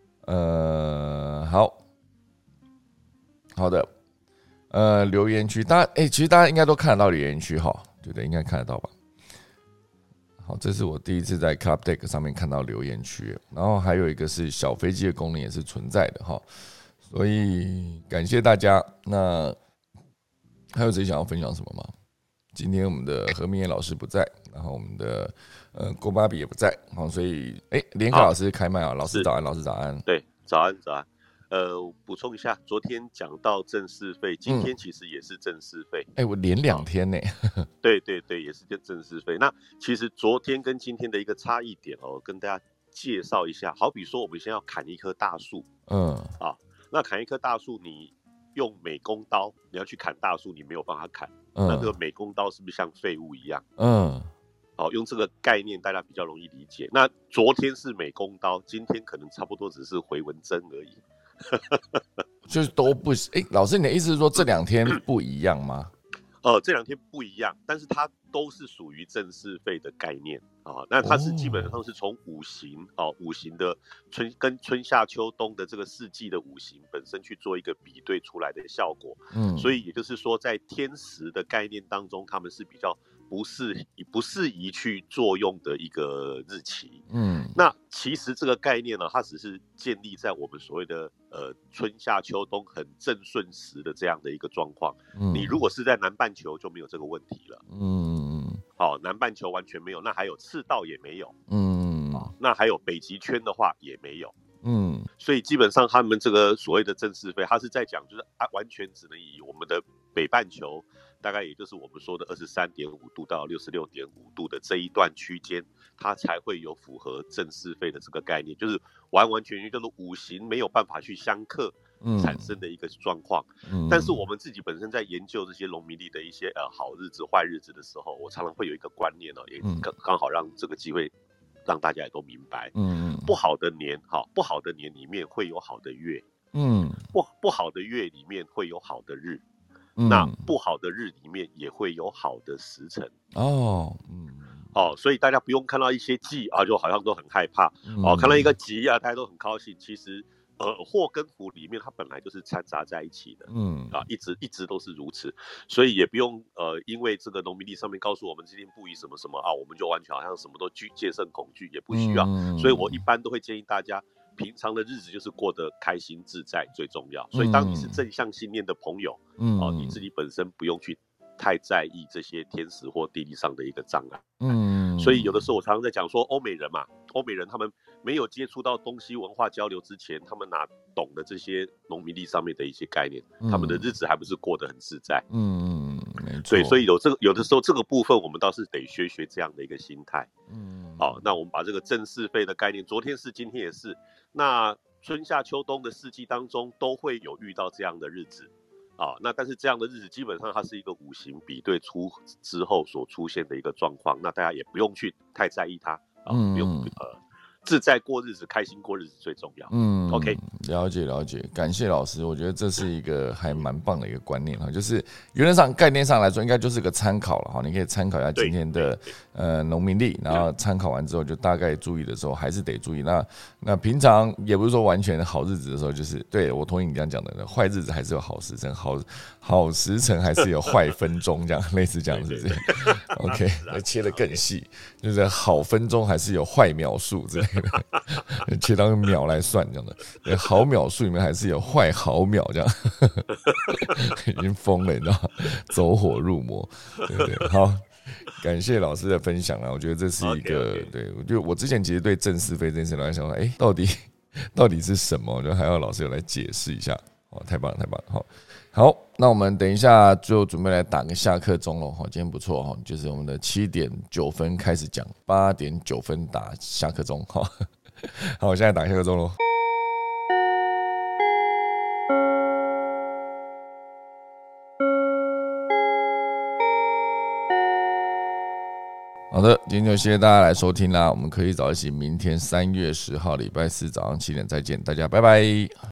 好的，留言区，大家其实大家应该都看得到留言区哈，对不对？应该看得到吧？好，这是我第一次在 Club Deck 上面看到留言区，然后还有一个是小飞机的功能也是存在的哈，所以感谢大家。那还有谁想要分享什么吗？今天我们的何明彦老师不在，然后我们的郭芭比也不在，好，所以连凯老师开麦啊，老师早安，老师早安， 对，早安。补充一下，昨天讲到正式费，今天其实也是正式费。 我连2天呢。 对，也是正式费。那其实昨天跟今天的一个差异点跟大家介绍一下。好比说，我们先要砍一棵大树，那砍一棵大树，你用美工刀，你要去砍大树，你没有办法砍。那个美工刀是不是像废物一样？用这个概念大家比较容易理解。那昨天是美工刀，今天可能差不多只是回纹针而已。 就是都不老师，你的意思是说这2天不一样吗？ 这2天不一样，但是它都是属于正式费的概念那它是基本上是从五行的跟春夏秋冬的这个四季的五行本身去做一个比对出来的效果。所以也就是说，在天时的概念当中，他们是比较不适宜去作用的一个日期。那其实这个概念呢，它只是建立在我们所谓的春夏秋冬很正顺时的这样的一个状况。你如果是在南半球就没有这个问题了。南半球完全没有，那还有赤道也没有。那还有北极圈的话也没有。所以基本上他们这个所谓的正式费，他是在讲就是完全只能以我们的北半球，大概也就是我们说的23.5度到66.5度的这一段区间，它才会有符合正式费的这个概念，就是完全就是五行没有办法去相克产生的一个状况。但是我们自己本身在研究这些农民历的一些好日子坏日子的时候，我常常会有一个观念也刚好让这个机会让大家也都明白。不好的年里面会有好的月。不好的月里面会有好的日。那不好的日里面也会有好的时辰。 所以大家不用看到一些忌啊，就好像都很害怕看到一个吉啊，大家都很高兴。其实祸跟福里面它本来就是掺杂在一起的，一直都是如此，所以也不用因为这个农民历上面告诉我们今天不宜什么什么我们就完全好像什么都戒慎恐惧，也不需要。所以我一般都会建议大家，平常的日子就是过得开心自在最重要。所以当你是正向信念的朋友，你自己本身不用去太在意这些天时或地利上的一个障碍。所以有的时候我常常在讲说，欧美人他们没有接触到东西文化交流之前，他们哪懂得这些农民历上面的一些概念，他们的日子还不是过得很自在。 没错。 对，所以有的时候这个部分我们倒是得学这样的一个心态。那我们把这个正是非的概念，昨天是，今天也是，那春夏秋冬的四季当中都会有遇到这样的日子。那但是这样的日子基本上它是一个五行比对出之后所出现的一个状况，那大家也不用去太在意它不用自在过日子，开心过日子最重要。OK， 了解，感谢老师。我觉得这是一个还蛮棒的一个观念就是原则上概念上来说，应该就是个参考了你可以参考一下今天的农民历，然后参考完之后就大概注意的时候还是得注意。那平常也不是说完全好日子的时候，就是对我同意你这样讲的，坏日子还是有好时辰，好时辰还是有坏分钟，这样类似这样子。OK， 切得更细，就是好分钟还是有坏秒数之类的，切到秒来算这样的。好秒数里面还是有坏毫秒这样，已经疯了，你知道吗？走火入魔，对，好。感谢老师的分享我觉得这是一个对，我之前其实对正是非这件事都在想说，到底是什么？就还要老师有来解释一下。太棒了，好，那我们等一下就准备来打个下课钟了。今天不错就是我们的7点9分开始讲，8点9分打下课钟。好，我现在打下课钟咯。好的，今天就谢谢大家来收听啦。我们可以早一起，明天3月10号礼拜四早上7点再见，大家拜拜。